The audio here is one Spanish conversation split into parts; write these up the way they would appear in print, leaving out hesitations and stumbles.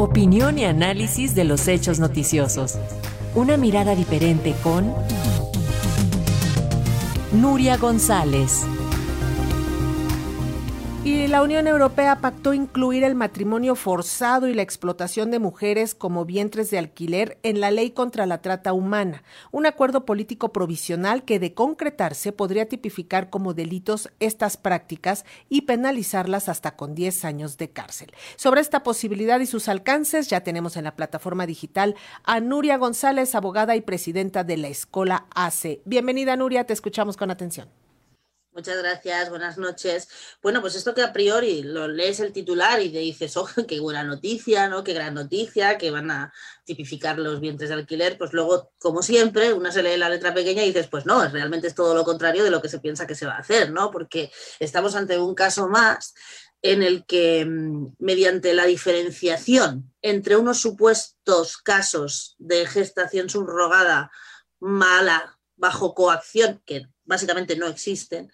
Opinión y análisis de los hechos noticiosos. Una mirada diferente con Nuria González. Y la Unión Europea pactó incluir el matrimonio forzado y la explotación de mujeres como vientres de alquiler en la ley contra la trata humana, un acuerdo político provisional que, de concretarse, podría tipificar como delitos estas prácticas y penalizarlas hasta con 10 años de cárcel. Sobre esta posibilidad y sus alcances, ya tenemos en la plataforma digital a Nuria González, abogada y presidenta de la Escola AC. Bienvenida, Nuria, te escuchamos con atención. Muchas gracias, buenas noches. Bueno, pues esto que a priori lo lees el titular y te dices, oh, qué buena noticia, ¿no? Qué gran noticia, que van a tipificar los vientres de alquiler, pues luego, como siempre, una se lee la letra pequeña y dices, pues no, realmente es todo lo contrario de lo que se piensa que se va a hacer, ¿no? Porque estamos ante un caso más en el que, mediante la diferenciación entre unos supuestos casos de gestación subrogada mala, bajo coacción, que básicamente no existen,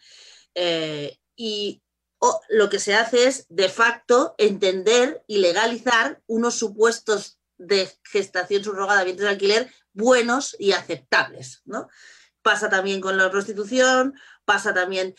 lo que se hace es, de facto, entender y legalizar unos supuestos de gestación subrogada, vientres de alquiler, buenos y aceptables, ¿no? Pasa también con la prostitución, pasa también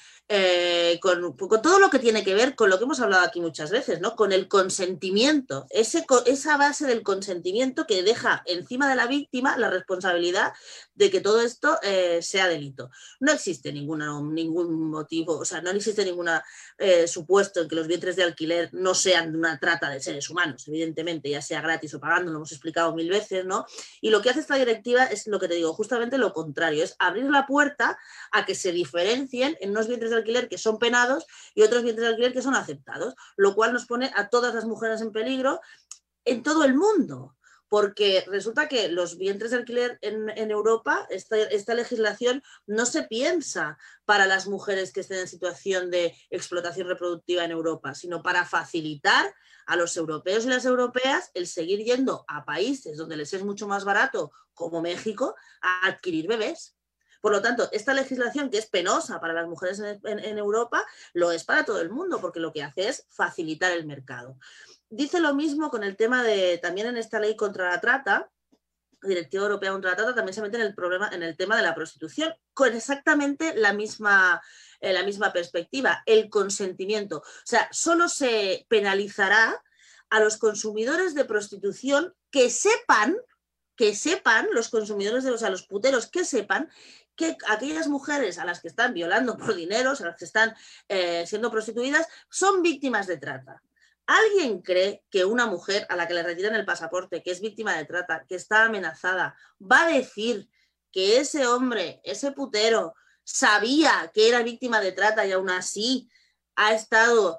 con todo lo que tiene que ver con lo que hemos hablado aquí muchas veces, ¿no? Con el consentimiento, esa base del consentimiento que deja encima de la víctima la responsabilidad de que todo esto sea delito. No existe ningún motivo, o sea, no existe ningún supuesto en que los vientres de alquiler no sean una trata de seres humanos, evidentemente, ya sea gratis o pagando, lo hemos explicado 1000 veces, ¿no? Y lo que hace esta directiva es lo que te digo, justamente lo contrario, es abrir la puerta a que se diferencien en unos vientres de alquiler que son penados y otros vientres de alquiler que son aceptados, lo cual nos pone a todas las mujeres en peligro en todo el mundo. Porque resulta que los vientres de alquiler en Europa, esta legislación no se piensa para las mujeres que estén en situación de explotación reproductiva en Europa, sino para facilitar a los europeos y las europeas el seguir yendo a países donde les es mucho más barato, como México, a adquirir bebés. Por lo tanto, esta legislación, que es penosa para las mujeres en Europa, lo es para todo el mundo, porque lo que hace es facilitar el mercado. Dice lo mismo con el tema de, también en esta ley contra la trata, Directiva Europea contra la Trata, también se mete en el tema de la prostitución, con exactamente la misma perspectiva, el consentimiento. O sea, solo se penalizará a los consumidores de prostitución que sepan, los consumidores, o sea, los puteros que sepan que aquellas mujeres a las que están violando por dinero, a las que están siendo prostituidas, son víctimas de trata. ¿Alguien cree que una mujer a la que le retiran el pasaporte, que es víctima de trata, que está amenazada, va a decir que ese hombre, ese putero, sabía que era víctima de trata y aún así ha estado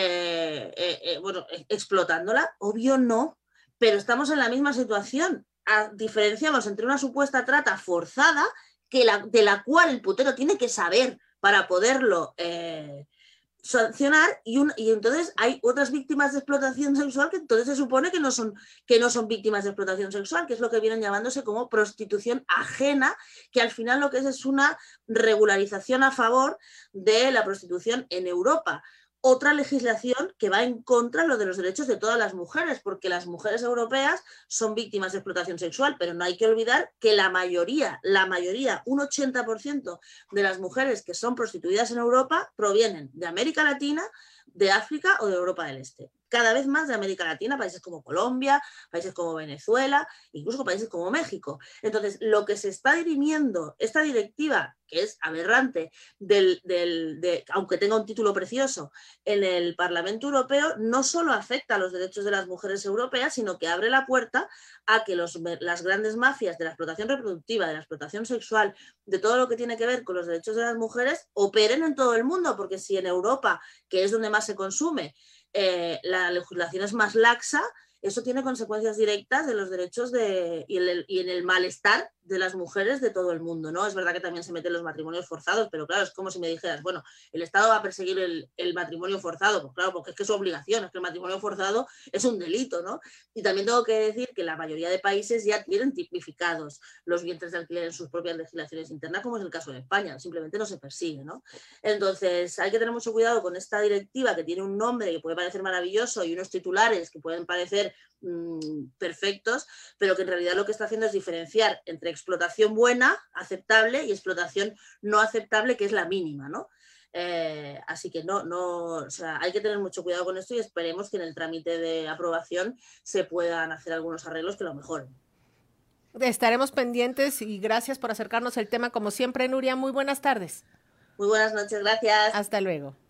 explotándola? Obvio no, pero estamos en la misma situación. Diferenciamos entre una supuesta trata forzada de la cual el putero tiene que saber para poderlo sancionar y entonces hay otras víctimas de explotación sexual que entonces se supone que no son víctimas de explotación sexual, que es lo que vienen llamándose como prostitución ajena, que al final lo que es una regularización a favor de la prostitución en Europa. Otra legislación que va en contra de los derechos de todas las mujeres, porque las mujeres europeas son víctimas de explotación sexual, pero no hay que olvidar que la mayoría, un 80% de las mujeres que son prostituidas en Europa provienen de América Latina, de África o de Europa del Este. Cada vez más de América Latina, países como Colombia, países como Venezuela, incluso países como México. Entonces, lo que se está dirimiendo, esta directiva, que es aberrante, aunque tenga un título precioso, en el Parlamento Europeo, no solo afecta a los derechos de las mujeres europeas, sino que abre la puerta a que las grandes mafias de la explotación reproductiva, de la explotación sexual, de todo lo que tiene que ver con los derechos de las mujeres, operen en todo el mundo, porque si en Europa, que es donde más se consume, la legislación es más laxa, eso tiene consecuencias directas de los derechos y en el malestar de las mujeres de todo el mundo, ¿no? Es verdad que también se meten los matrimonios forzados, pero claro, es como si me dijeras, bueno, el Estado va a perseguir el matrimonio forzado, pues claro, porque es que es su obligación, es que el matrimonio forzado es un delito, ¿no? Y también tengo que decir que la mayoría de países ya tienen tipificados los vientres de alquiler en sus propias legislaciones internas, como es el caso de España, simplemente no se persigue, ¿no? Entonces, hay que tener mucho cuidado con esta directiva que tiene un nombre que puede parecer maravilloso y unos titulares que pueden parecer ser perfectos, pero que en realidad lo que está haciendo es diferenciar entre explotación buena, aceptable, y explotación no aceptable, que es la mínima, ¿no? Así que o sea, hay que tener mucho cuidado con esto y esperemos que en el trámite de aprobación se puedan hacer algunos arreglos que lo mejoren. Estaremos pendientes y gracias por acercarnos el tema como siempre, Nuria. Muy buenas tardes. Muy buenas noches, gracias. Hasta luego.